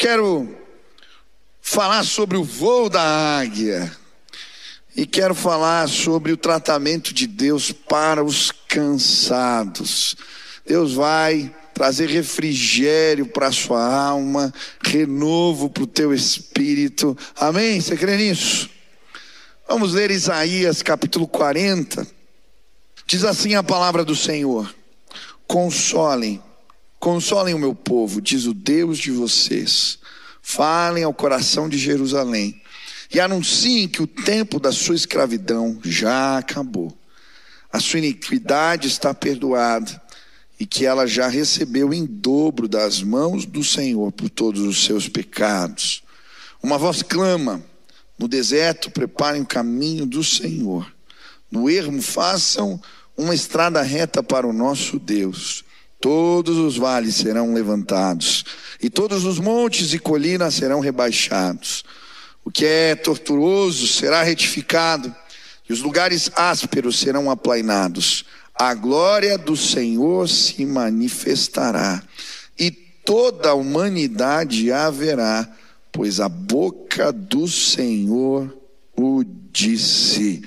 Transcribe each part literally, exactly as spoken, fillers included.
quero falar sobre o voo da águia e quero falar sobre o tratamento de Deus para os cansados. Deus vai trazer refrigério para a sua alma, renovo para o teu espírito. Amém? Você crê nisso? Vamos ler Isaías capítulo quarenta. Diz assim a palavra do Senhor: Consolem, consolem o meu povo, diz o Deus de vocês. Falem ao coração de Jerusalém e anunciem que o tempo da sua escravidão já acabou. A sua iniquidade está perdoada e que ela já recebeu em dobro das mãos do Senhor por todos os seus pecados. Uma voz clama: no deserto preparem o caminho do Senhor, no ermo façam uma estrada reta para o nosso Deus. Todos os vales serão levantados e todos os montes e colinas serão rebaixados. O que é tortuoso será retificado e os lugares ásperos serão aplainados. A glória do Senhor se manifestará e toda a humanidade a verá, pois a boca do Senhor o disse.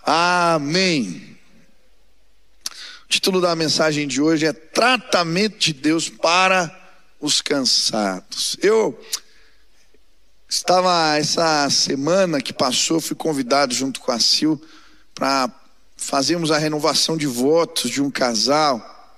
Amém. O título da mensagem de hoje é Tratamento de Deus para os Cansados. Eu estava, essa semana que passou, fui convidado junto com a Sil para fazermos a renovação de votos de um casal.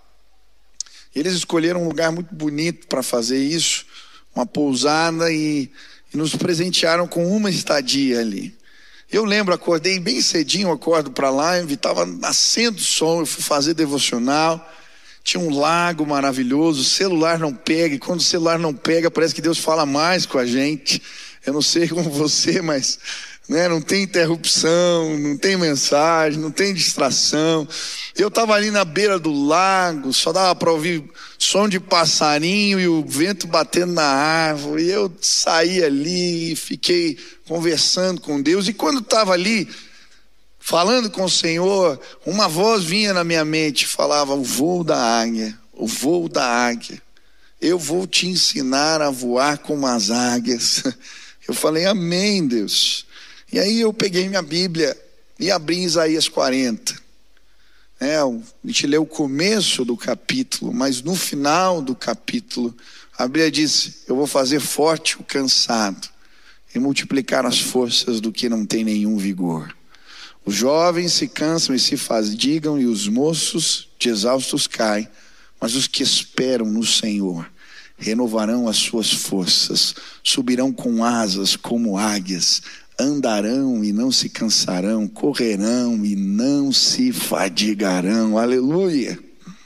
Eles escolheram um lugar muito bonito para fazer isso, uma pousada, e, e nos presentearam com uma estadia ali. Eu lembro, acordei bem cedinho, acordo para lá, estava nascendo o sol, eu fui fazer devocional, tinha um lago maravilhoso, o celular não pega, e quando o celular não pega, parece que Deus fala mais com a gente. Eu não sei como você, mas né, não tem interrupção, não tem mensagem, não tem distração. Eu estava ali na beira do lago, só dava para ouvir som de passarinho e o vento batendo na árvore. E eu saí ali e fiquei conversando com Deus. E quando estava ali, falando com o Senhor, uma voz vinha na minha mente e falava: o voo da águia, o voo da águia. Eu vou te ensinar a voar como as águias. Eu falei: amém, Deus. E aí eu peguei minha Bíblia e abri em Isaías quarenta. É, a gente leu o começo do capítulo, mas no final do capítulo, a Bíblia diz: eu vou fazer forte o cansado e multiplicar as forças do que não tem nenhum vigor. Os jovens se cansam e se fadigam, e os moços de exaustos caem, mas os que esperam no Senhor renovarão as suas forças, subirão com asas como águias, andarão e não se cansarão, correrão e não se fadigarão. Aleluia.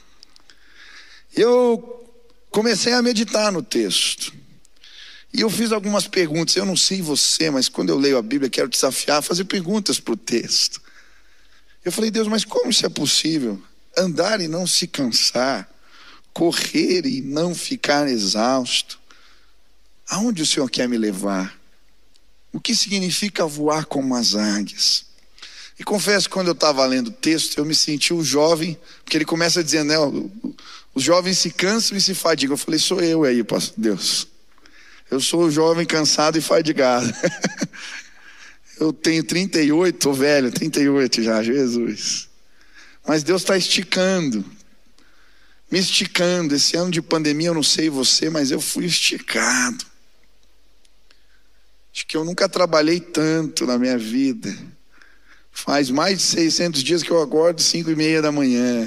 Eu comecei a meditar no texto e eu fiz algumas perguntas. Eu não sei você, mas quando eu leio a Bíblia, quero desafiar a fazer perguntas para o texto. Eu falei: Deus, mas como isso é possível? Andar e não se cansar, correr e não ficar exausto. Aonde o Senhor quer me levar? O que significa voar como as águias? E confesso que quando eu estava lendo o texto, eu me senti o jovem, porque ele começa dizendo, né, os jovens se cansam e se fadigam. Eu falei: sou eu aí, pastor Deus. Eu sou o jovem cansado e fadigado. Eu tenho trinta e oito, tô velho, trinta e oito já, Jesus. Mas Deus está esticando, me esticando. Esse ano de pandemia, eu não sei você, mas eu fui esticado. Acho que eu nunca trabalhei tanto na minha vida. Faz mais de seiscentos dias que eu acordo cinco e meia da manhã.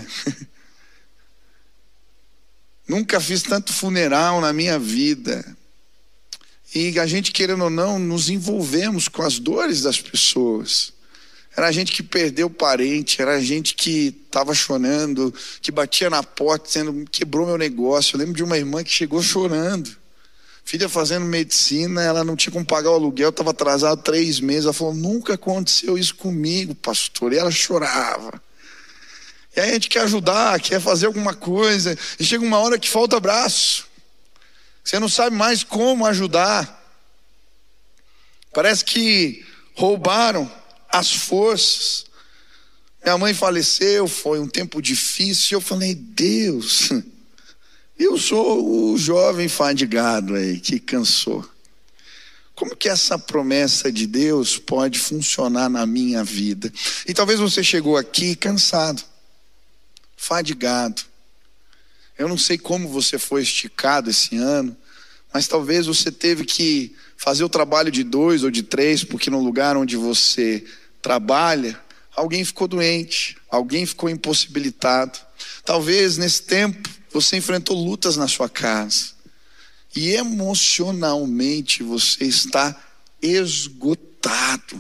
Nunca fiz tanto funeral na minha vida. E a gente, querendo ou não, nos envolvemos com as dores das pessoas. Era gente que perdeu parente, era gente que estava chorando, que batia na porta dizendo: quebrou meu negócio. Eu lembro de uma irmã que chegou chorando. Filha fazendo medicina, ela não tinha como pagar o aluguel, estava atrasado três meses. Ela falou: nunca aconteceu isso comigo, pastor. E ela chorava. E aí a gente quer ajudar, quer fazer alguma coisa, e chega uma hora que falta braço. Você não sabe mais como ajudar. Parece que roubaram as forças. Minha mãe faleceu, foi um tempo difícil. Eu falei: Deus, Eu sou o jovem fadigado aí, que cansou. Como que essa promessa de Deus pode funcionar na minha vida? E talvez você chegou aqui cansado, fadigado. Eu não sei como você foi esticado esse ano, mas talvez você teve que fazer o trabalho de dois ou de três, porque no lugar onde você trabalha, alguém ficou doente, alguém ficou impossibilitado. Talvez nesse tempo você enfrentou lutas na sua casa. E emocionalmente você está esgotado.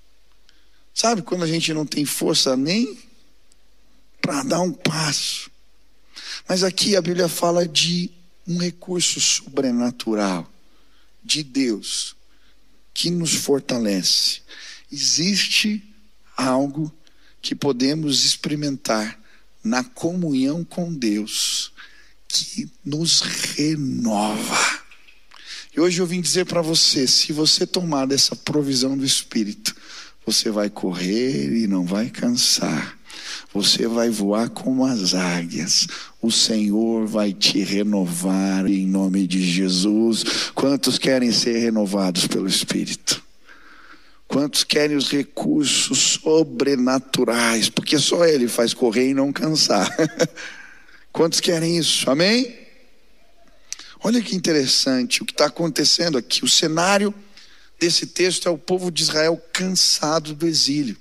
Sabe quando a gente não tem força nem para dar um passo? Mas aqui a Bíblia fala de um recurso sobrenatural de Deus que nos fortalece. Existe algo que podemos experimentar na comunhão com Deus que nos renova. E hoje eu vim dizer para você, se você tomar dessa provisão do Espírito, você vai correr e não vai cansar. Você vai voar como as águias. O Senhor vai te renovar em nome de Jesus. Quantos querem ser renovados pelo Espírito? Quantos querem os recursos sobrenaturais? Porque só Ele faz correr e não cansar. Quantos querem isso? Amém? Olha que interessante o que está acontecendo aqui. O cenário desse texto é o povo de Israel cansado do exílio.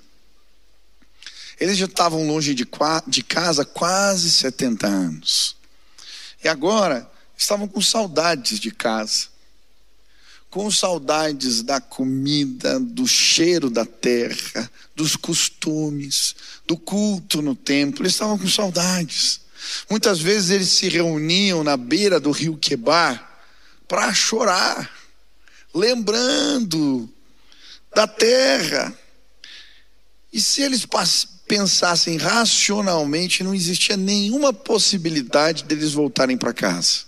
Eles já estavam longe de, de casa há quase setenta anos. E agora estavam com saudades de casa. Com saudades da comida, do cheiro da terra, dos costumes, do culto no templo. Eles estavam com saudades. Muitas vezes eles se reuniam na beira do rio Quebar para chorar, lembrando da terra. E se eles pensassem racionalmente, não existia nenhuma possibilidade deles voltarem para casa.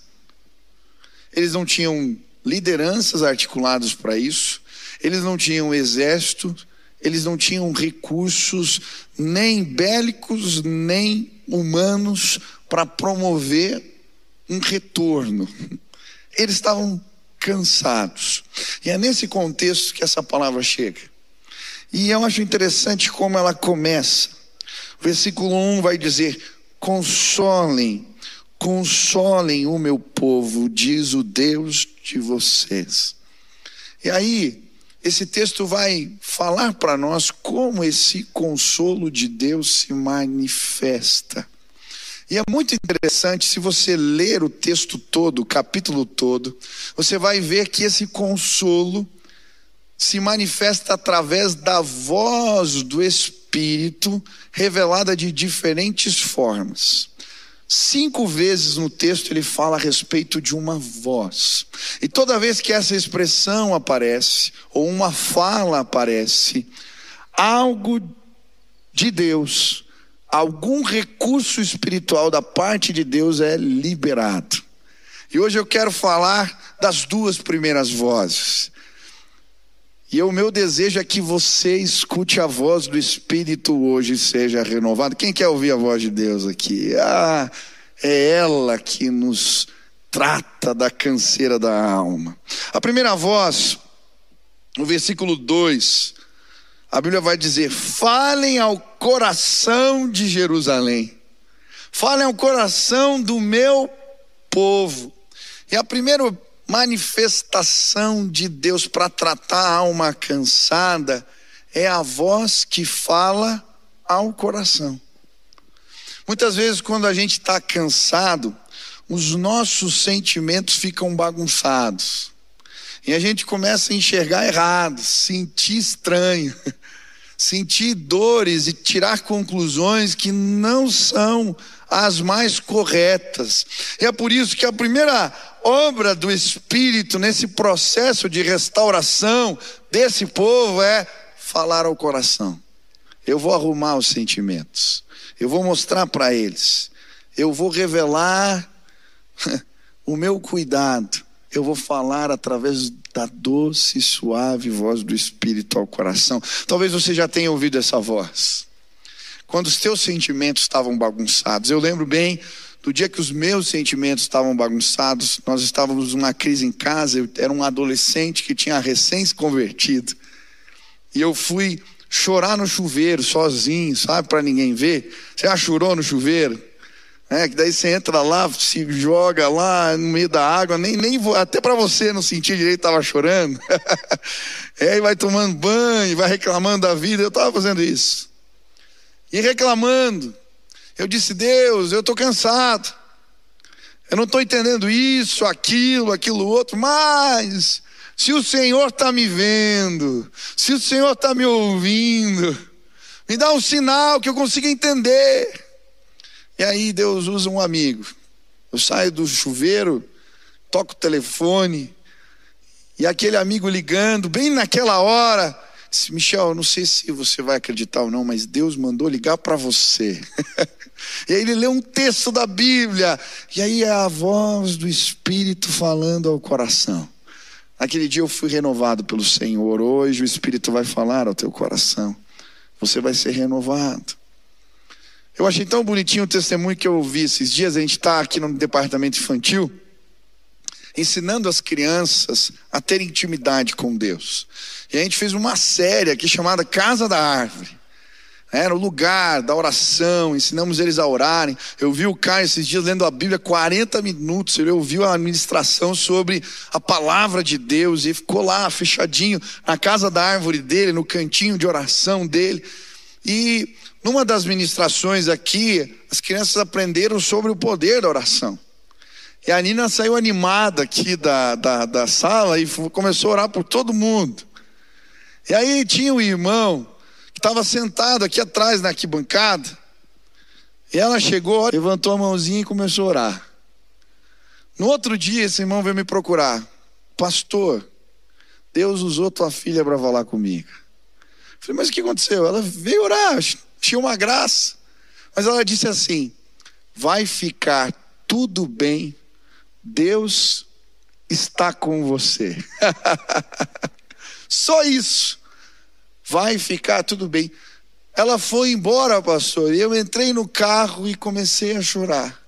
Eles não tinham lideranças articuladas para isso, eles não tinham exército, eles não tinham recursos nem bélicos, nem humanos para promover um retorno. Eles estavam cansados. E é nesse contexto que essa palavra chega. E eu acho interessante como ela começa. O versículo um vai dizer: consolem, consolem o meu povo, diz o Deus de vocês. E aí, esse texto vai falar para nós como esse consolo de Deus se manifesta. E é muito interessante, se você ler o texto todo, o capítulo todo, você vai ver que esse consolo se manifesta através da voz do Espírito, revelada de diferentes formas. Cinco vezes no texto ele fala a respeito de uma voz. E toda vez que essa expressão aparece, ou uma fala aparece, algo de Deus, algum recurso espiritual da parte de Deus é liberado. E hoje eu quero falar das duas primeiras vozes. E o meu desejo é que você escute a voz do Espírito hoje e seja renovado. Quem quer ouvir a voz de Deus aqui? Ah, é ela que nos trata da canseira da alma. A primeira voz, no versículo dois, a Bíblia vai dizer: falem ao coração de Jerusalém. Falem ao coração do meu povo. E a primeira manifestação de Deus para tratar a alma cansada é a voz que fala ao coração. Muitas vezes quando a gente está cansado, os nossos sentimentos ficam bagunçados e a gente começa a enxergar errado, sentir estranho, sentir dores e tirar conclusões que não são as mais corretas. E é por isso que a primeira obra do Espírito nesse processo de restauração desse povo é falar ao coração. Eu vou arrumar os sentimentos, eu vou mostrar para eles, eu vou revelar o meu cuidado, eu vou falar através da doce e suave voz do Espírito ao coração. Talvez você já tenha ouvido essa voz quando os teus sentimentos estavam bagunçados. Eu lembro bem do dia que os meus sentimentos estavam bagunçados. Nós estávamos numa crise em casa, eu era um adolescente que tinha recém se convertido. E eu fui chorar no chuveiro, sozinho, sabe, para ninguém ver. Você já chorou no chuveiro? É, que daí você entra lá, se joga lá no meio da água, nem, nem até para você não sentir direito, estava chorando. É, e vai tomando banho, vai reclamando da vida. Eu estava fazendo isso. E reclamando. Eu disse: Deus, eu estou cansado. Eu não estou entendendo isso, aquilo, aquilo outro. Mas se o Senhor está me vendo, se o Senhor está me ouvindo, me dá um sinal que eu consiga entender. E aí Deus usa um amigo. Eu saio do chuveiro, toco o telefone, e aquele amigo ligando, bem naquela hora, disse: Michel, eu não sei se você vai acreditar ou não, mas Deus mandou ligar para você. E aí ele lê um texto da Bíblia, e aí é a voz do Espírito falando ao coração. Naquele dia eu fui renovado pelo Senhor. Hoje o Espírito vai falar ao teu coração. Você vai ser renovado. Eu achei tão bonitinho o testemunho que eu ouvi esses dias. A gente está aqui no departamento infantil, ensinando as crianças a ter intimidade com Deus. E a gente fez uma série aqui chamada Casa da Árvore. Era o lugar da oração, ensinamos eles a orarem. Eu vi o Caio esses dias lendo a Bíblia quarenta minutos. Ele ouviu a administração sobre a palavra de Deus e ficou lá fechadinho na casa da árvore dele, no cantinho de oração dele. E numa das ministrações aqui, as crianças aprenderam sobre o poder da oração. E a Nina saiu animada aqui da, da, da sala e começou a orar por todo mundo. E aí tinha um irmão que estava sentado aqui atrás na arquibancada. E ela chegou, levantou a mãozinha e começou a orar. No outro dia esse irmão veio me procurar: pastor, Deus usou tua filha para falar comigo. Eu falei: mas o que aconteceu? Ela veio orar, tinha uma graça. Mas ela disse assim: vai ficar tudo bem, Deus está com você. Só isso. Vai ficar tudo bem. Ela foi embora, pastor, e eu entrei no carro e comecei a chorar.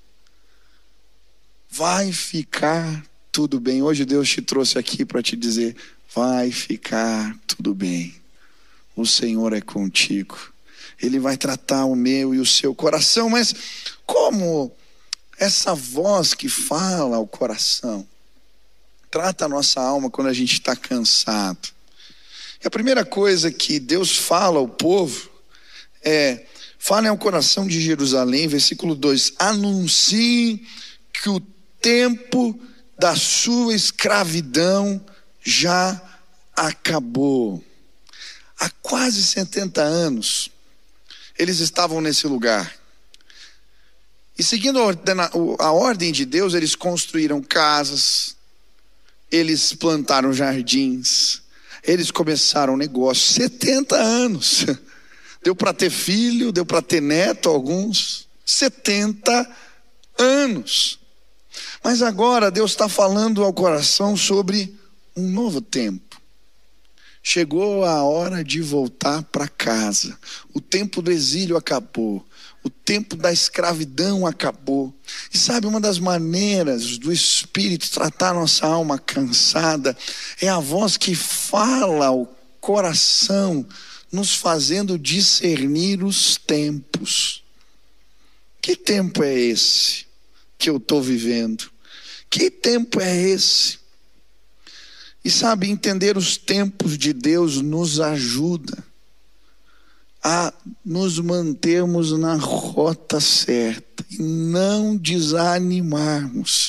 Vai ficar tudo bem. Hoje Deus te trouxe aqui para te dizer: vai ficar tudo bem. O Senhor é contigo. Ele vai tratar o meu e o seu coração. Mas como essa voz que fala ao coração trata a nossa alma quando a gente está cansado? E a primeira coisa que Deus fala ao povo é: falem ao coração de Jerusalém, versículo dois: anunciem que o tempo da sua escravidão já acabou. Há quase setenta anos eles estavam nesse lugar. E seguindo a, ordena, a ordem de Deus, eles construíram casas, eles plantaram jardins, eles começaram negócios. setenta anos. Deu para ter filho, deu para ter neto alguns. setenta anos. Mas agora Deus está falando ao coração sobre um novo tempo. Chegou a hora de voltar para casa. O tempo do exílio acabou. O tempo da escravidão acabou. E sabe, uma das maneiras do Espírito tratar nossa alma cansada é a voz que fala ao coração, nos fazendo discernir os tempos. Que tempo é esse que eu estou vivendo? Que tempo é esse? E sabe, entender os tempos de Deus nos ajuda a nos mantermos na rota certa e não desanimarmos.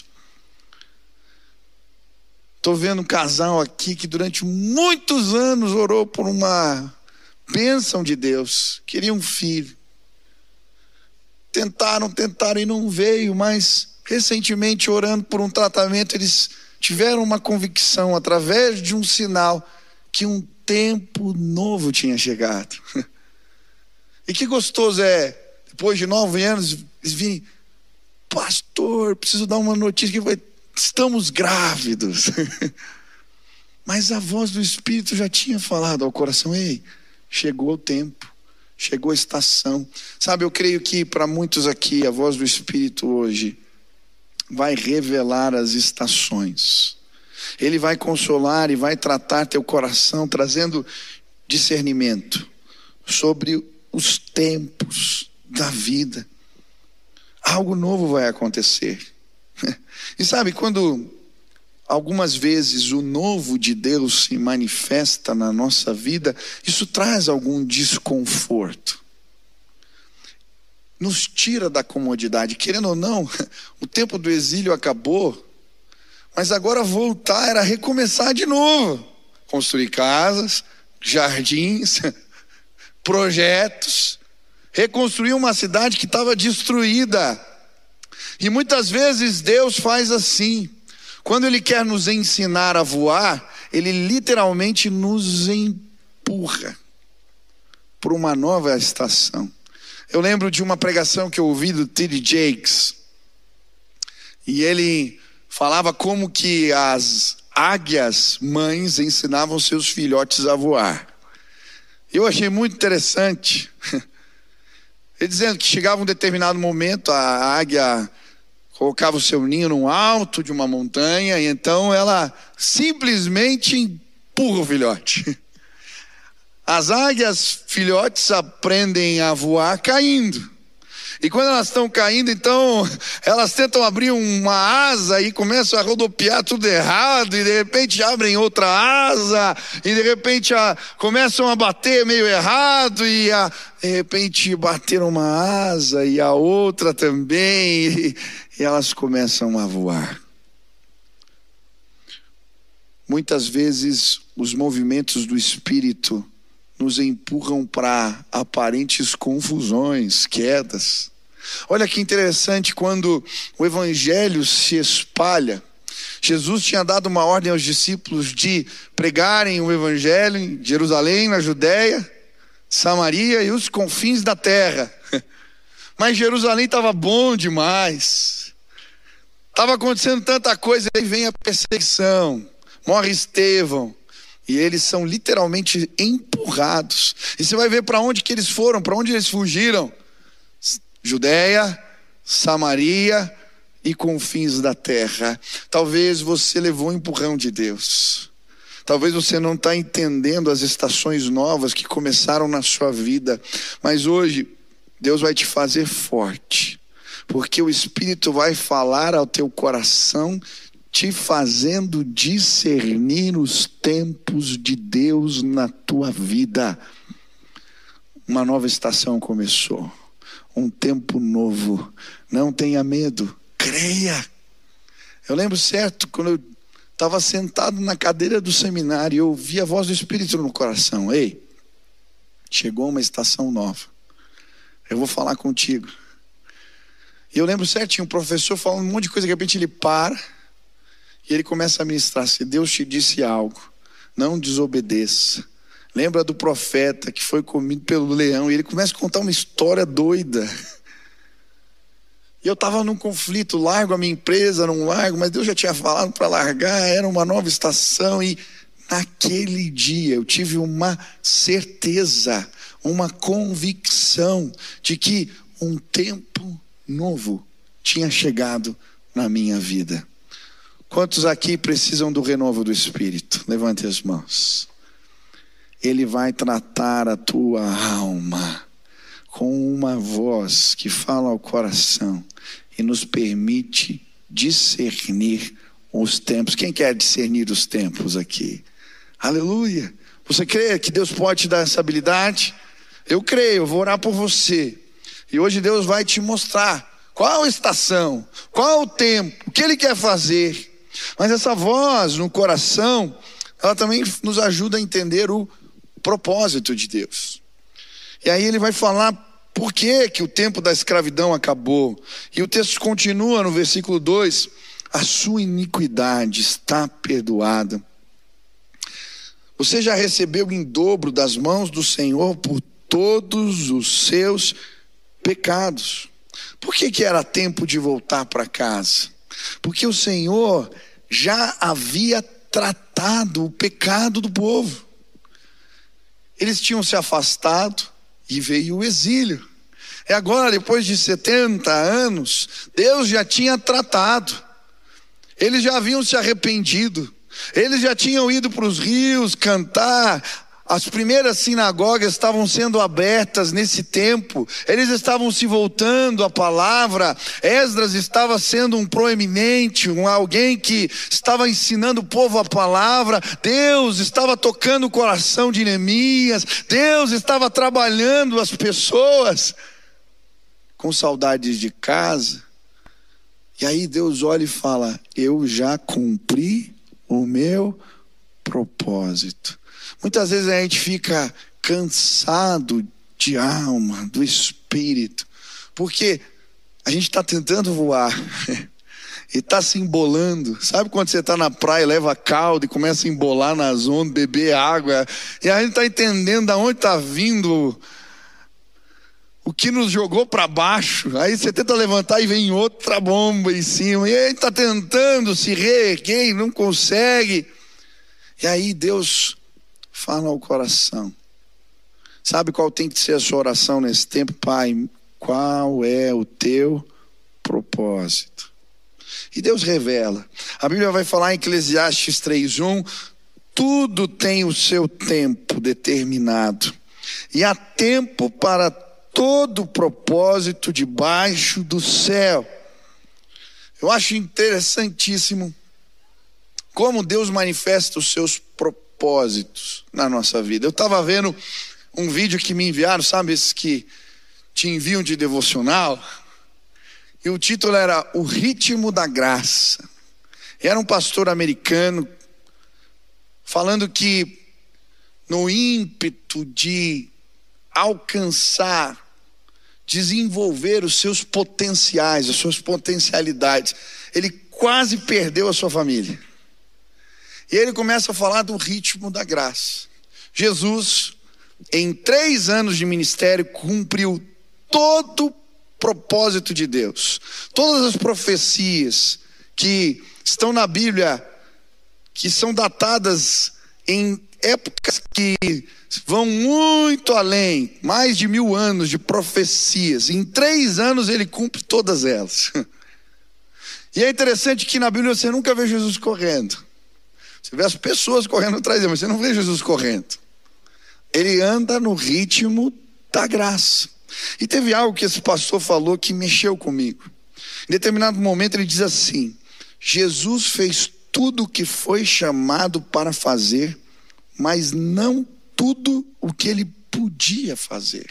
Estou vendo um casal aqui que durante muitos anos orou por uma bênção de Deus, queria um filho. Tentaram, tentaram e não veio, mas recentemente, orando por um tratamento, eles tiveram uma convicção através de um sinal que um tempo novo tinha chegado. E que gostoso é, depois de nove anos, eles virem: pastor, preciso dar uma notícia que vai, estamos grávidos. Mas a voz do Espírito já tinha falado ao coração: ei, chegou o tempo, chegou a estação. Sabe, eu creio que para muitos aqui, a voz do Espírito hoje vai revelar as estações. Ele vai consolar e vai tratar teu coração, trazendo discernimento sobre os tempos da vida. Algo novo vai acontecer. E sabe, quando algumas vezes o novo de Deus se manifesta na nossa vida, isso traz algum desconforto. Nos tira da comodidade. Querendo ou não, o tempo do exílio acabou, mas agora voltar era recomeçar de novo. Construir casas, jardins, projetos, reconstruir uma cidade que estava destruída. E muitas vezes Deus faz assim. Quando Ele quer nos ensinar a voar, Ele literalmente nos empurra para uma nova estação. Eu lembro de uma pregação que eu ouvi do T D Jakes, e ele falava como que as águias mães ensinavam seus filhotes a voar. Eu achei muito interessante. Ele dizendo que chegava um determinado momento, a águia colocava o seu ninho no alto de uma montanha, e então ela simplesmente empurra o filhote. As águias filhotes aprendem a voar caindo. E quando elas estão caindo, então elas tentam abrir uma asa e começam a rodopiar tudo errado, e de repente abrem outra asa, e de repente a, começam a bater meio errado, e a, de repente bateram uma asa e a outra também, e, e elas começam a voar. Muitas vezes os movimentos do Espírito nos empurram para aparentes confusões, quedas. Olha que interessante, quando o evangelho se espalha, Jesus tinha dado uma ordem aos discípulos de pregarem o evangelho em Jerusalém, na Judéia, Samaria e os confins da terra. Mas Jerusalém estava bom demais, estava acontecendo tanta coisa, aí vem a perseguição, morre Estevão, e eles são literalmente empurrados. E você vai ver para onde que eles foram, para onde eles fugiram. Judéia, Samaria e confins da terra. Talvez você levou um empurrão de Deus. Talvez você não está entendendo as estações novas que começaram na sua vida. Mas hoje, Deus vai te fazer forte. Porque o Espírito vai falar ao teu coração, te fazendo discernir os tempos de Deus na tua vida. Uma nova estação começou, um tempo novo. Não tenha medo, creia. Eu lembro certo, quando eu estava sentado na cadeira do seminário, eu ouvi a voz do Espírito no coração: ei, chegou uma estação nova, eu vou falar contigo. E eu lembro certinho, um professor falando um monte de coisa, de repente ele para e ele começa a ministrar: se Deus te disse algo, não desobedeça. Lembra do profeta que foi comido pelo leão, e ele começa a contar uma história doida. E eu estava num conflito, largo a minha empresa, não largo, mas Deus já tinha falado para largar, era uma nova estação. E naquele dia eu tive uma certeza, uma convicção de que um tempo novo tinha chegado na minha vida. Quantos aqui precisam do renovo do Espírito? Levante as mãos. Ele vai tratar a tua alma com uma voz que fala ao coração e nos permite discernir os tempos. Quem quer discernir os tempos aqui? Aleluia! Você crê que Deus pode te dar essa habilidade? Eu creio, eu vou orar por você. E hoje Deus vai te mostrar qual a estação, qual o tempo, o que Ele quer fazer. Mas essa voz no coração, ela também nos ajuda a entender o propósito de Deus. E aí ele vai falar por que que o tempo da escravidão acabou. E o texto continua no versículo dois: a sua iniquidade está perdoada. Você já recebeu em dobro das mãos do Senhor por todos os seus pecados. Por que que era tempo de voltar para casa? Porque o Senhor já havia tratado o pecado do povo. Eles tinham se afastado e veio o exílio. E agora, depois de setenta anos, Deus já tinha tratado. Eles já haviam se arrependido. Eles já tinham ido para os rios cantar. As primeiras sinagogas estavam sendo abertas nesse tempo. Eles estavam se voltando à palavra. Esdras estava sendo um proeminente, um alguém que estava ensinando o povo a palavra. Deus estava tocando o coração de Neemias. Deus estava trabalhando as pessoas com saudades de casa. E aí Deus olha e fala: eu já cumpri o meu propósito. Muitas vezes a gente fica cansado de alma, do espírito, porque a gente está tentando voar e está se embolando. Sabe quando você está na praia, leva caldo e começa a embolar nas ondas, beber água, e a gente está entendendo de onde está vindo o que nos jogou para baixo. Aí você tenta levantar e vem outra bomba em cima, e a gente está tentando se reerguer e não consegue. E aí Deus fala ao coração. Sabe qual tem que ser a sua oração nesse tempo? Pai, qual é o teu propósito? E Deus revela. A Bíblia vai falar em Eclesiastes três um: tudo tem o seu tempo determinado, e há tempo para todo propósito debaixo do céu. Eu acho interessantíssimo como Deus manifesta os seus propósitos na nossa vida. Eu estava vendo um vídeo que me enviaram, sabe, esses que te enviam de devocional, e o título era O Ritmo da Graça. Era um pastor americano falando que no ímpeto de alcançar, desenvolver os seus potenciais, as suas potencialidades, ele quase perdeu a sua família. E ele começa a falar do ritmo da graça. Jesus, em três anos de ministério, cumpriu todo o propósito de Deus. Todas as profecias que estão na Bíblia, que são datadas em épocas que vão muito além, mais de mil anos de profecias. Em três anos ele cumpre todas elas. E é interessante que na Bíblia você nunca vê Jesus correndo. Você vê as pessoas correndo atrás dele, mas você não vê Jesus correndo. Ele anda no ritmo da graça. E teve algo que esse pastor falou que mexeu comigo. Em determinado momento ele diz assim: Jesus fez tudo o que foi chamado para fazer, mas não tudo o que ele podia fazer.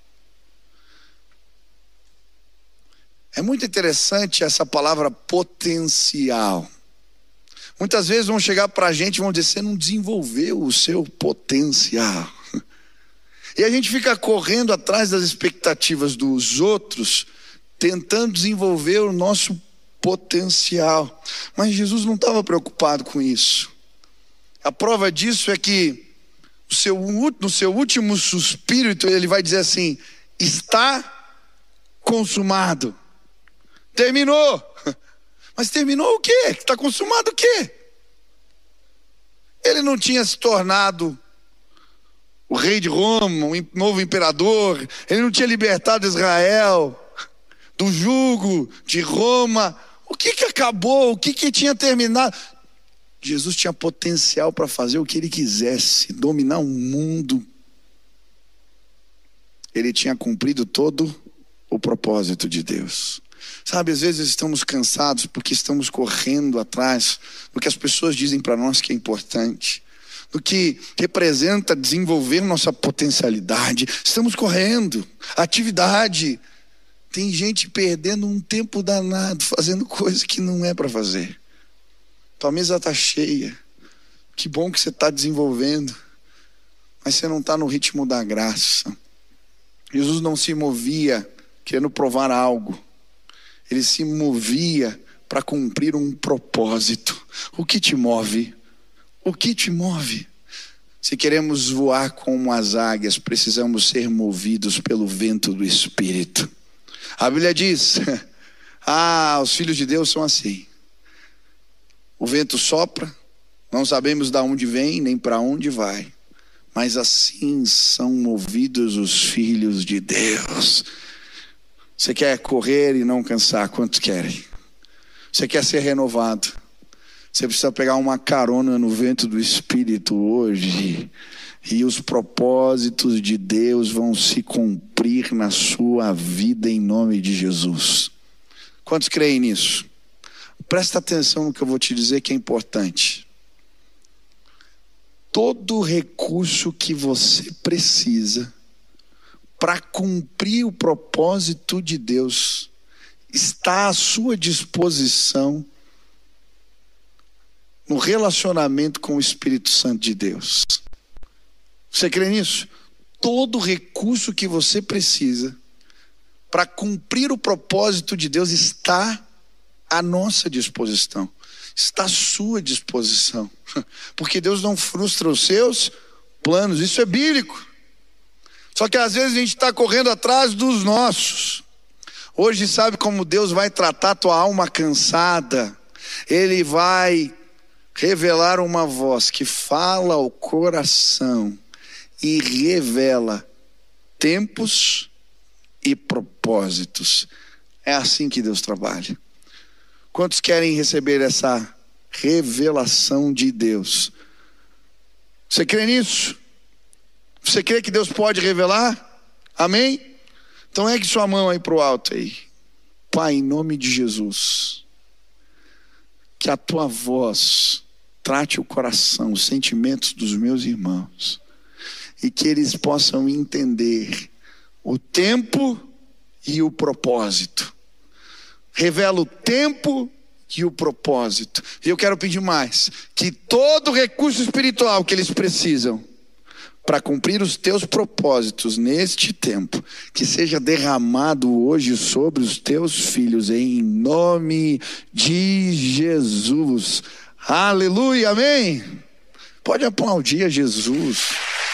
É muito interessante essa palavra potencial. Muitas vezes vão chegar para a gente e vão dizer: você não desenvolveu o seu potencial. E a gente fica correndo atrás das expectativas dos outros, tentando desenvolver o nosso potencial. Mas Jesus não estava preocupado com isso. A prova disso é que no seu, no seu último suspiro, ele vai dizer assim: está consumado. Terminou. Mas terminou o quê? Está consumado o quê? Ele não tinha se tornado o rei de Roma, o novo imperador. Ele não tinha libertado Israel do jugo de Roma. O que que acabou? O que que tinha terminado? Jesus tinha potencial para fazer o que ele quisesse, dominar o mundo. Ele tinha cumprido todo o propósito de Deus. Sabe, às vezes estamos cansados porque estamos correndo atrás do que as pessoas dizem para nós que é importante, do que representa desenvolver nossa potencialidade. Estamos correndo, atividade. Tem gente perdendo um tempo danado, fazendo coisa que não é para fazer. Tua mesa está cheia, que bom que você está desenvolvendo, mas você não está no ritmo da graça. Jesus não se movia querendo provar algo. Ele se movia para cumprir um propósito. O que te move? O que te move? Se queremos voar como as águias, precisamos ser movidos pelo vento do Espírito. A Bíblia diz: ah, os filhos de Deus são assim. O vento sopra, não sabemos de onde vem nem para onde vai, mas assim são movidos os filhos de Deus. Você quer correr e não cansar? Quantos querem? Você quer ser renovado? Você precisa pegar uma carona no vento do Espírito hoje, e os propósitos de Deus vão se cumprir na sua vida em nome de Jesus. Quantos creem nisso? Presta atenção no que eu vou te dizer, que é importante. Todo recurso que você precisa para cumprir o propósito de Deus está à sua disposição no relacionamento com o Espírito Santo de Deus. Você crê nisso? Todo recurso que você precisa para cumprir o propósito de Deus está à nossa disposição, está à sua disposição, porque Deus não frustra os seus planos. Isso é bíblico. Só que às vezes a gente está correndo atrás dos nossos. Hoje, sabe como Deus vai tratar tua alma cansada? Ele vai revelar uma voz que fala ao coração e revela tempos e propósitos. É assim que Deus trabalha. Quantos querem receber essa revelação de Deus? Você crê nisso? Você crê que Deus pode revelar? Amém? Então ergue sua mão aí para o alto aí. Pai, em nome de Jesus, que a tua voz trate o coração, os sentimentos dos meus irmãos, e que eles possam entender o tempo e o propósito. Revela o tempo e o propósito. E eu quero pedir mais, que todo recurso espiritual que eles precisam para cumprir os teus propósitos neste tempo, que seja derramado hoje sobre os teus filhos, em nome de Jesus. Aleluia, amém? Pode aplaudir a Jesus.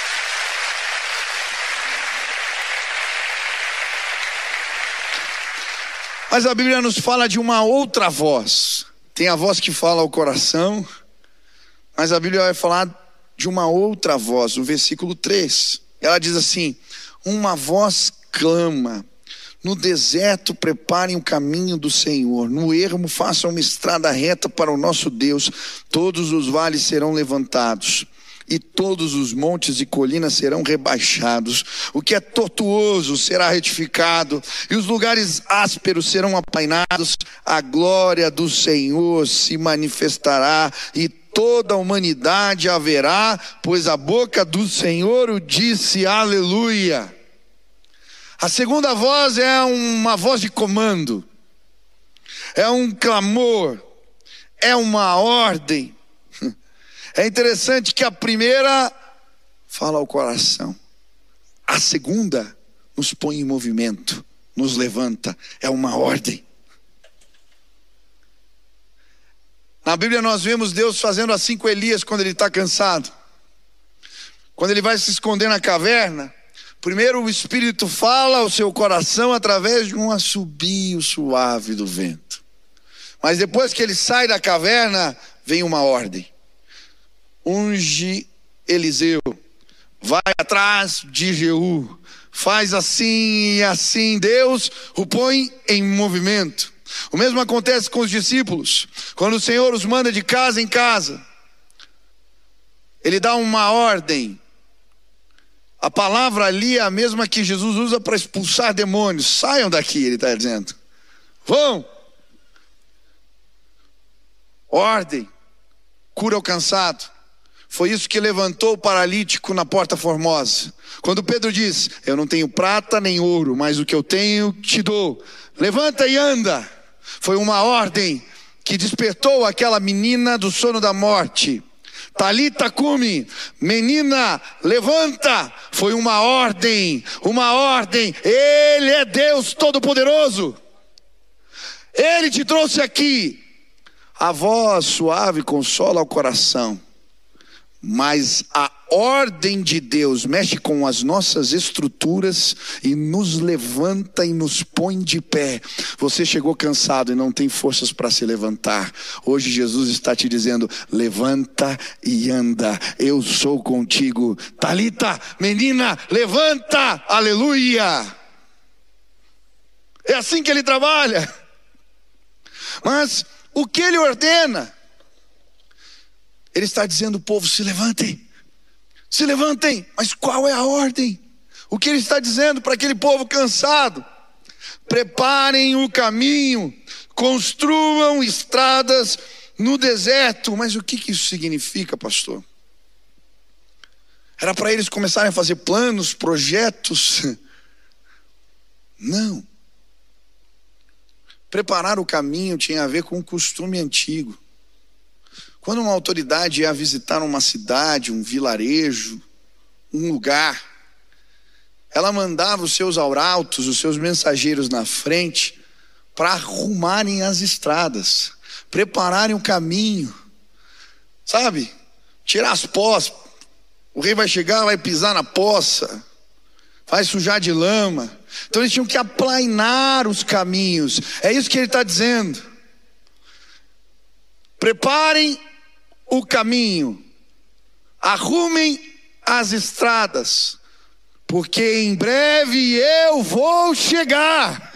Mas a Bíblia nos fala de uma outra voz. Tem a voz que fala ao coração, mas a Bíblia vai falar de uma outra voz, no versículo três. Ela diz assim: uma voz clama, no deserto preparem o caminho do Senhor, no ermo façam uma estrada reta para o nosso Deus. Todos os vales serão levantados, e todos os montes e colinas serão rebaixados. O que é tortuoso será retificado, e os lugares ásperos serão aplainados. A glória do Senhor se manifestará, e toda a humanidade a verá, pois a boca do Senhor o disse. Aleluia. A segunda voz é uma voz de comando, é um clamor, é uma ordem. É interessante que a primeira fala ao coração, a segunda nos põe em movimento, nos levanta, é uma ordem. Na Bíblia nós vemos Deus fazendo assim com Elias quando ele está cansado. Quando ele vai se esconder na caverna, primeiro o Espírito fala ao seu coração através de um assobio suave do vento. Mas depois que ele sai da caverna, vem uma ordem: unge Eliseu, vai atrás de Jeú, faz assim e assim. Deus o põe em movimento. O mesmo acontece com os discípulos. Quando o Senhor os manda de casa em casa, Ele dá uma ordem. A palavra ali é a mesma que Jesus usa para expulsar demônios. Saiam daqui, Ele está dizendo. Vão. Ordem. Cura o cansado. Foi isso que levantou o paralítico na Porta Formosa. Quando Pedro diz: eu não tenho prata nem ouro, mas o que eu tenho te dou. Levanta e anda. Foi uma ordem que despertou aquela menina do sono da morte. Talita cumi, menina, levanta. Foi uma ordem, uma ordem. Ele é Deus Todo-Poderoso. Ele te trouxe aqui. A voz suave consola o coração, Mas a ordem de Deus mexe com as nossas estruturas e nos levanta e nos põe de pé. Você chegou cansado e não tem forças para se levantar. Hoje Jesus está te dizendo: levanta e anda, eu sou contigo. Talita, menina, levanta, aleluia. É assim que ele trabalha. Mas o que ele ordena? Ele está dizendo ao povo: se levantem, se levantem. Mas qual é a ordem? O que ele está dizendo para aquele povo cansado? Preparem o caminho, construam estradas no deserto. Mas o que que isso significa, pastor? Era para eles começarem a fazer planos, projetos? Não. Preparar o caminho tinha a ver com um costume antigo. Quando uma autoridade ia visitar uma cidade, um vilarejo, um lugar, ela mandava os seus arautos, os seus mensageiros na frente, para arrumarem as estradas, prepararem o caminho, sabe? Tirar as poças. O rei vai chegar, vai pisar na poça, vai sujar de lama. Então eles tinham que aplainar os caminhos. É isso que ele está dizendo. Preparem o caminho, arrumem as estradas, porque em breve eu vou chegar.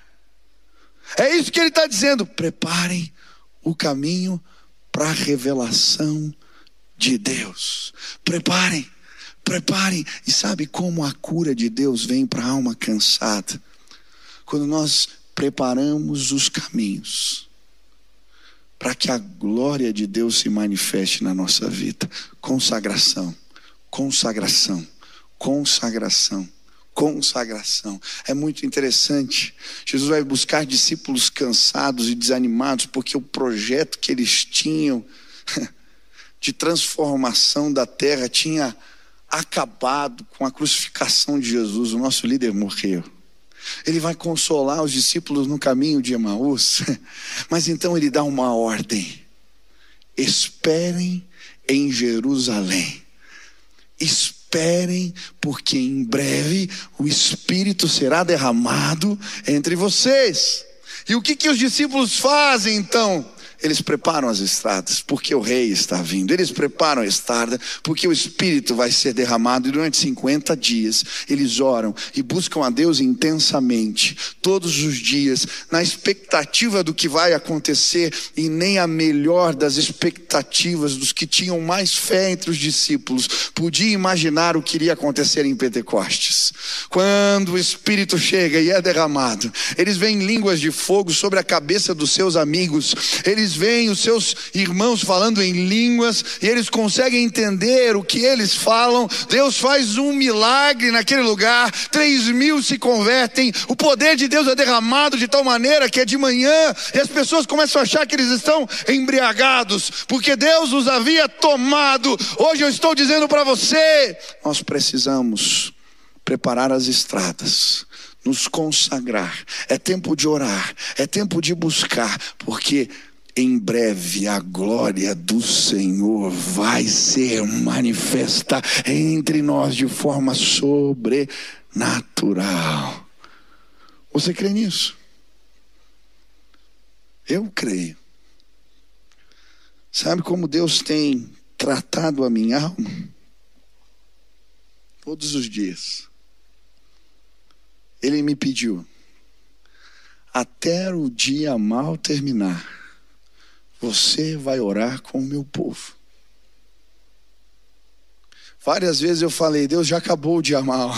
É isso que ele está dizendo. Preparem o caminho para a revelação de Deus. Preparem, preparem. E sabe como a cura de Deus vem para a alma cansada? Quando nós preparamos os caminhos para que a glória de Deus se manifeste na nossa vida. Consagração, consagração, consagração, consagração. É muito interessante. Jesus vai buscar discípulos cansados e desanimados, porque o projeto que eles tinham de transformação da terra tinha acabado com a crucificação de Jesus. O nosso líder morreu. Ele vai consolar os discípulos no caminho de Emaús, mas então ele dá uma ordem: esperem em Jerusalém, esperem, porque em breve o Espírito será derramado entre vocês. E o que que os discípulos fazem então? Eles preparam as estradas, porque o rei está vindo. Eles preparam a estrada, porque o Espírito vai ser derramado. E durante cinquenta dias, eles oram e buscam a Deus intensamente, todos os dias, na expectativa do que vai acontecer. E nem a melhor das expectativas dos que tinham mais fé entre os discípulos podia imaginar o que iria acontecer em Pentecostes. Quando o Espírito chega e é derramado, eles veem línguas de fogo sobre a cabeça dos seus amigos. Eles veem os seus irmãos falando em línguas e eles conseguem entender o que eles falam. Deus faz um milagre naquele lugar, três mil se convertem. O poder de Deus é derramado de tal maneira que é de manhã e as pessoas começam a achar que eles estão embriagados, porque Deus os havia tomado. Hoje eu estou dizendo para você: nós precisamos preparar as estradas, nos consagrar. É tempo de orar, é tempo de buscar, porque em breve a glória do Senhor vai ser manifesta entre nós de forma sobrenatural. Você crê nisso? Eu creio. Sabe como Deus tem tratado a minha alma? Todos os dias. Ele me pediu: até o dia mal terminar, você vai orar com o meu povo. Várias vezes eu falei: Deus, já acabou o dia mal.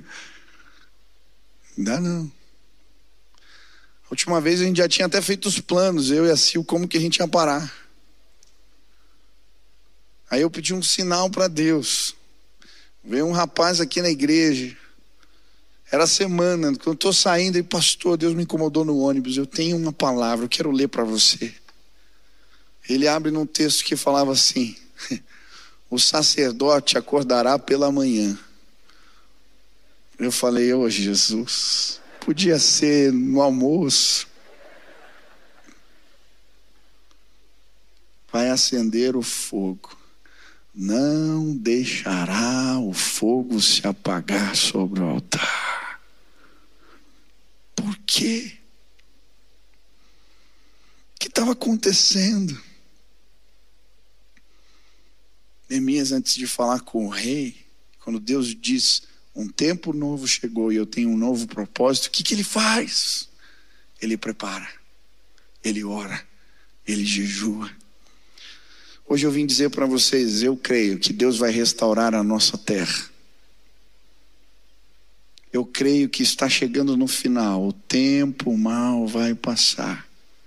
Ainda não. A última vez a gente já tinha até feito os planos, eu e a Sil, como que a gente ia parar. Aí eu pedi um sinal para Deus. Veio um rapaz aqui na igreja. Era semana, quando eu estou saindo, e pastor, Deus me incomodou no ônibus. Eu tenho uma palavra, eu quero ler para você. Ele abre num texto que falava assim: o sacerdote acordará pela manhã. Eu falei: ô Jesus, podia ser no almoço. Vai acender o fogo, não deixará o fogo se apagar sobre o altar. Por quê? O que estava acontecendo? Neemias, antes de falar com o rei, quando Deus diz, um tempo novo chegou e eu tenho um novo propósito, o que, que ele faz? Ele prepara, ele ora, ele jejua. Hoje eu vim dizer para vocês, eu creio que Deus vai restaurar a nossa terra. Eu creio que está chegando no final, o tempo mal vai passar.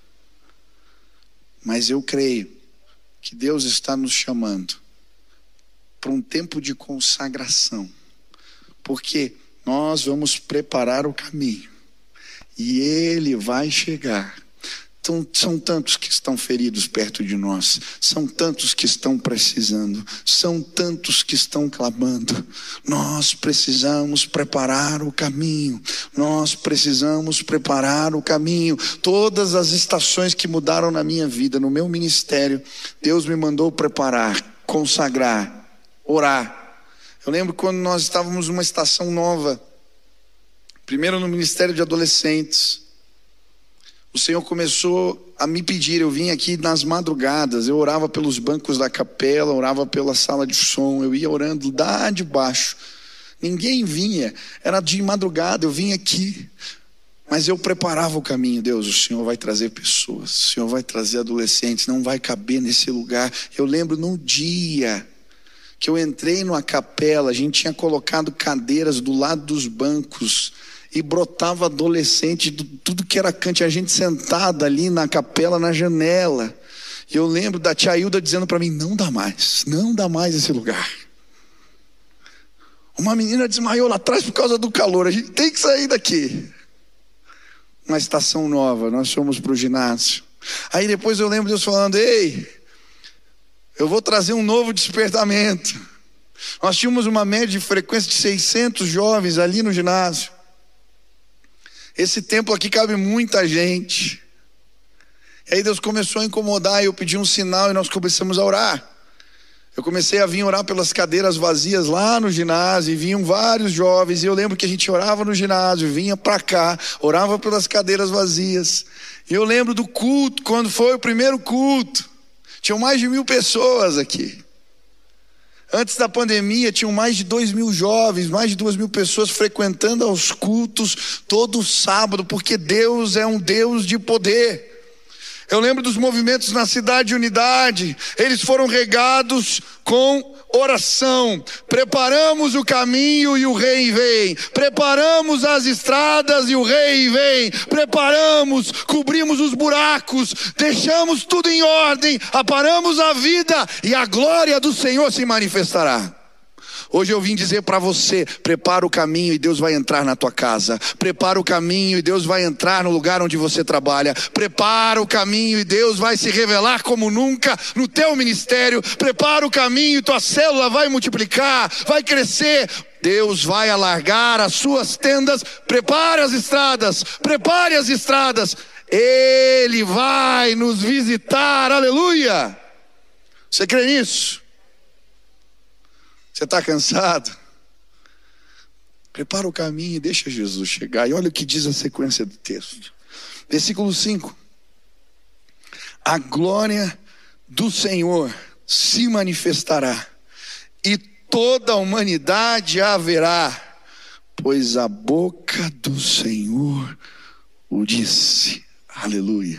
Mas eu creio que Deus está nos chamando para um tempo de consagração, porque nós vamos preparar o caminho e Ele vai chegar. Então, são tantos que estão feridos perto de nós, são tantos que estão precisando, são tantos que estão clamando. Nós precisamos preparar o caminho, nós precisamos preparar o caminho. Todas as estações que mudaram na minha vida, no meu ministério, Deus me mandou preparar, consagrar, orar. Eu lembro quando nós estávamos numa estação nova, primeiro no ministério de adolescentes, o Senhor começou a me pedir, eu vim aqui nas madrugadas, eu orava pelos bancos da capela, orava pela sala de som, eu ia orando lá de baixo, ninguém vinha, era de madrugada, eu vim aqui, mas eu preparava o caminho. Deus, o Senhor vai trazer pessoas, o Senhor vai trazer adolescentes, não vai caber nesse lugar. Eu lembro num dia que eu entrei numa capela, a gente tinha colocado cadeiras do lado dos bancos, e brotava adolescente, tudo que era canto, a gente sentada ali na capela, na janela. E eu lembro da tia Hilda dizendo para mim, não dá mais, não dá mais esse lugar. Uma menina desmaiou lá atrás por causa do calor, a gente tem que sair daqui. Uma estação nova, nós fomos para o ginásio. Aí depois eu lembro Deus falando, ei, eu vou trazer um novo despertamento. Nós tínhamos uma média de frequência de seiscentos jovens ali no ginásio. Esse templo aqui cabe muita gente. E aí Deus começou a incomodar, e eu pedi um sinal e nós começamos a orar. Eu comecei a vir orar pelas cadeiras vazias lá no ginásio, e vinham vários jovens, e eu lembro que a gente orava no ginásio, vinha para cá, orava pelas cadeiras vazias. E eu lembro do culto, quando foi o primeiro culto, tinham mais de mil pessoas aqui. Antes da pandemia, tinham mais de dois mil jovens, mais de duas mil pessoas frequentando aos cultos todo sábado, porque Deus é um Deus de poder. Eu lembro dos movimentos na Cidade de Unidade, eles foram regados com oração. Preparamos o caminho e o rei vem. Preparamos as estradas e o rei vem. Preparamos, cobrimos os buracos, deixamos tudo em ordem, aparamos a vida e a glória do Senhor se manifestará. Hoje eu vim dizer para você, prepara o caminho e Deus vai entrar na tua casa. Prepara o caminho e Deus vai entrar no lugar onde você trabalha. Prepara o caminho e Deus vai se revelar como nunca no teu ministério. Prepara o caminho e tua célula vai multiplicar, vai crescer. Deus vai alargar as suas tendas. Prepare as estradas, prepare as estradas. Ele vai nos visitar, aleluia. Você crê nisso? Você está cansado? Prepara o caminho e deixa Jesus chegar. E olha o que diz a sequência do texto. Versículo cinco. A glória do Senhor se manifestará, e toda a humanidade a verá, pois a boca do Senhor o disse. Aleluia.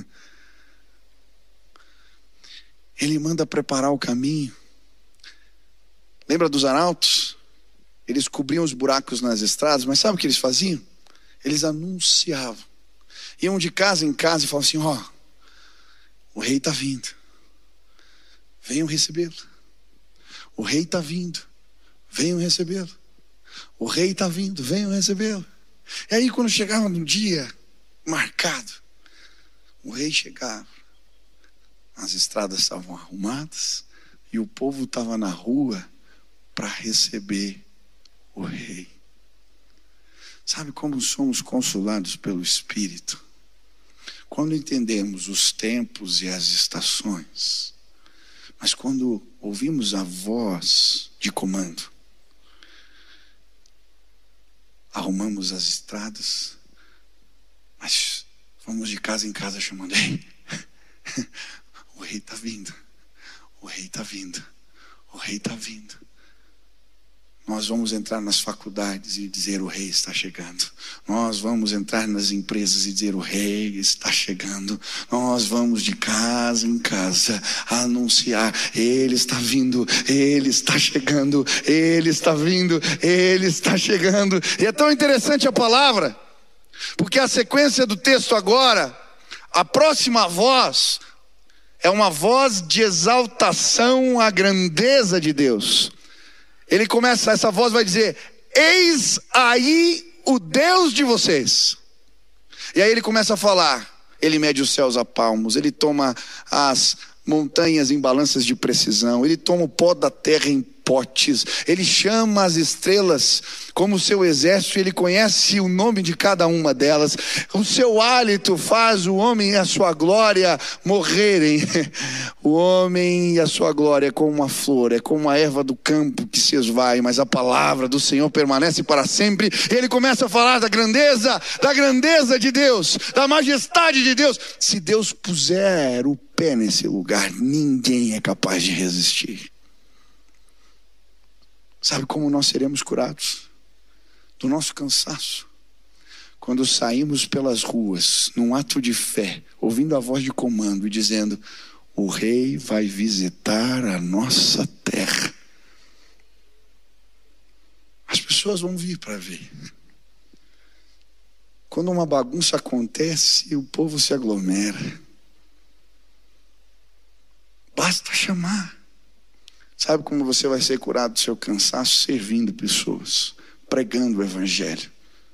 Ele manda preparar o caminho. Lembra dos arautos? Eles cobriam os buracos nas estradas, mas sabe o que eles faziam? Eles anunciavam. Iam de casa em casa e falavam assim, ó, oh, o rei está vindo. Venham recebê-lo. O rei está vindo. Venham recebê-lo. O rei está vindo. Venham recebê-lo. E aí quando chegava no dia marcado, o rei chegava. As estradas estavam arrumadas e o povo estava na rua para receber o rei. Sabe como somos consolados pelo Espírito? Quando entendemos os tempos e as estações. Mas quando ouvimos a voz de comando, arrumamos as estradas, mas vamos de casa em casa chamando: ei, o rei está vindo, o rei está vindo, o rei está vindo. Nós vamos entrar nas faculdades e dizer: o rei está chegando. Nós vamos entrar nas empresas e dizer: o rei está chegando. Nós vamos de casa em casa anunciar: ele está vindo, ele está chegando, ele está vindo, ele está chegando. E é tão interessante a palavra, porque a sequência do texto agora, a próxima voz é uma voz de exaltação à grandeza de Deus. Ele começa, essa voz vai dizer: eis aí o Deus de vocês. E aí ele começa a falar. Ele mede os céus a palmos, ele toma as montanhas em balanças de precisão, ele toma o pó da terra em potes, ele chama as estrelas como seu exército, ele conhece o nome de cada uma delas. O seu hálito faz o homem e a sua glória morrerem. O homem e a sua glória é como uma flor, é como a erva do campo que se esvai, mas a palavra do Senhor permanece para sempre. Ele começa a falar da grandeza, da grandeza de Deus, da majestade de Deus. Se Deus puser o pé nesse lugar, ninguém é capaz de resistir. Sabe como nós seremos curados? Do nosso cansaço. Quando saímos pelas ruas, num ato de fé, ouvindo a voz de comando e dizendo: o rei vai visitar a nossa terra. As pessoas vão vir para ver. Quando uma bagunça acontece, o povo se aglomera. Basta chamar. Sabe como você vai ser curado do seu cansaço? Servindo pessoas, pregando o evangelho.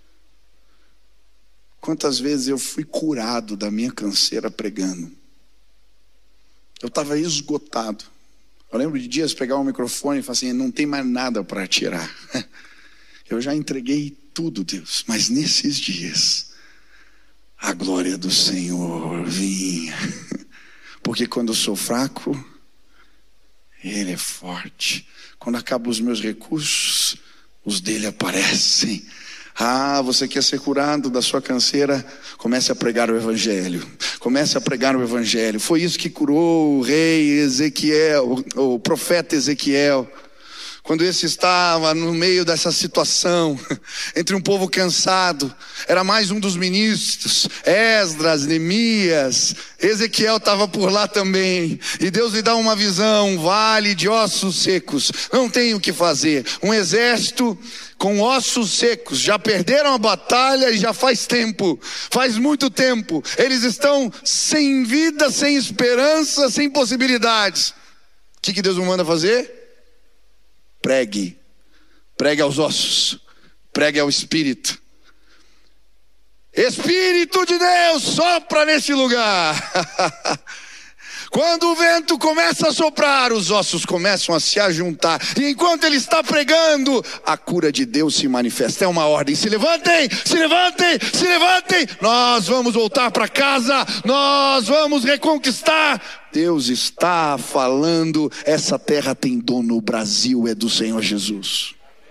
Quantas vezes eu fui curado da minha canseira pregando? Eu estava esgotado. Eu lembro de dias pegar o microfone e falar assim: não tem mais nada para tirar. Eu já entreguei tudo, Deus. Mas nesses dias, a glória do Senhor vinha. Porque quando eu sou fraco, Ele é forte. Quando acabam os meus recursos, os dele aparecem. Ah, você quer ser curado da sua canseira? Comece a pregar o evangelho. Comece a pregar o evangelho. Foi isso que curou o rei Ezequiel, o profeta Ezequiel. Quando esse estava no meio dessa situação, entre um povo cansado, era mais um dos ministros, Esdras, Neemias, Ezequiel estava por lá também, e Deus lhe dá uma visão: um vale de ossos secos, não tem o que fazer, um exército com ossos secos, já perderam a batalha e já faz tempo, faz muito tempo, eles estão sem vida, sem esperança, sem possibilidades. O que, que Deus me manda fazer? Pregue, pregue aos ossos, pregue ao Espírito. Espírito de Deus, sopra nesse lugar. Quando o vento começa a soprar, os ossos começam a se ajuntar. E enquanto ele está pregando, a cura de Deus se manifesta. É uma ordem: se levantem, se levantem, se levantem. Nós vamos voltar para casa, nós vamos reconquistar. Deus está falando: essa terra tem dono, o Brasil é do Senhor Jesus.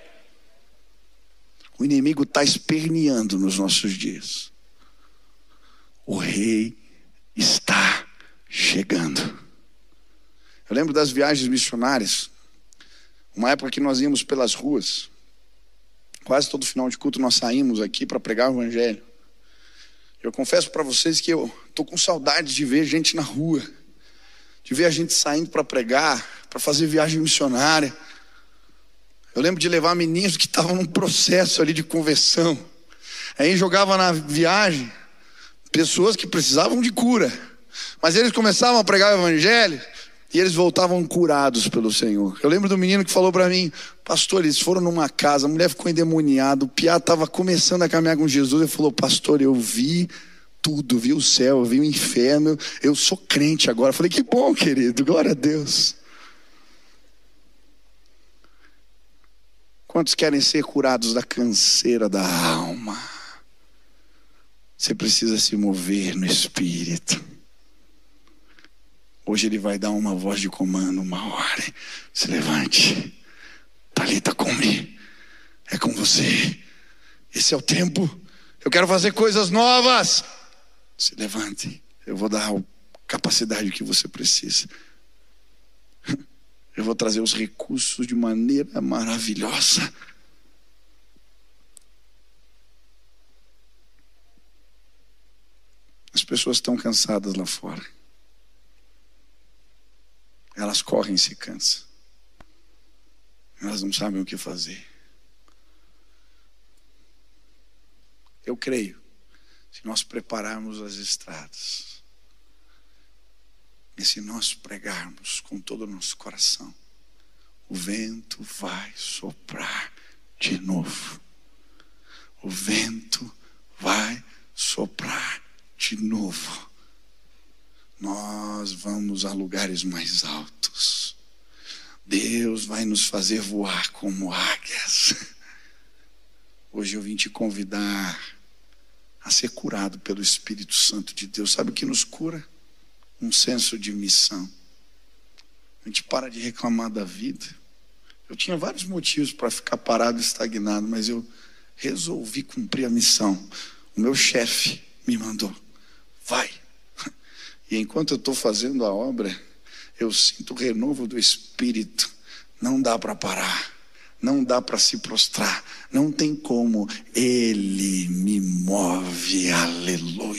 O inimigo está esperneando nos nossos dias. O rei está chegando. Eu lembro das viagens missionárias, uma época que nós íamos pelas ruas, quase todo final de culto nós saímos aqui para pregar o evangelho. Eu confesso para vocês que eu estou com saudade de ver gente na rua, de ver a gente saindo para pregar, para fazer viagem missionária. Eu lembro de levar meninos que estavam num processo ali de conversão. Aí jogava na viagem pessoas que precisavam de cura, mas eles começavam a pregar o evangelho e eles voltavam curados pelo Senhor. Eu lembro do menino que falou para mim: pastor, eles foram numa casa, a mulher ficou endemoniada, o piá estava começando a caminhar com Jesus. Ele falou: pastor, eu vi tudo, vi o céu, eu vi o inferno, eu sou crente agora. Eu falei: que bom, querido, glória a Deus. Quantos querem ser curados da canseira da alma? Você precisa se mover no Espírito. Hoje Ele vai dar uma voz de comando, uma ordem. Se levante. Talita cumi. É com você. Esse é o tempo. Eu quero fazer coisas novas. Se levante. Eu vou dar a capacidade que você precisa. Eu vou trazer os recursos de maneira maravilhosa. As pessoas estão cansadas lá fora. Elas correm e se cansam. Elas não sabem o que fazer. Eu creio, se nós prepararmos as estradas, e se nós pregarmos com todo o nosso coração, o vento vai soprar de novo. O vento vai soprar de novo. Nós vamos a lugares mais altos. Deus vai nos fazer voar como águias. Hoje eu vim te convidar a ser curado pelo Espírito Santo de Deus. Sabe o que nos cura? Um senso de missão. A gente para de reclamar da vida. Eu tinha vários motivos para ficar parado e estagnado, mas eu resolvi cumprir a missão. O meu chefe me mandou. Vai. E enquanto eu estou fazendo a obra, eu sinto o renovo do Espírito. Não dá para parar. Não dá para se prostrar. Não tem como. Ele me move. Aleluia.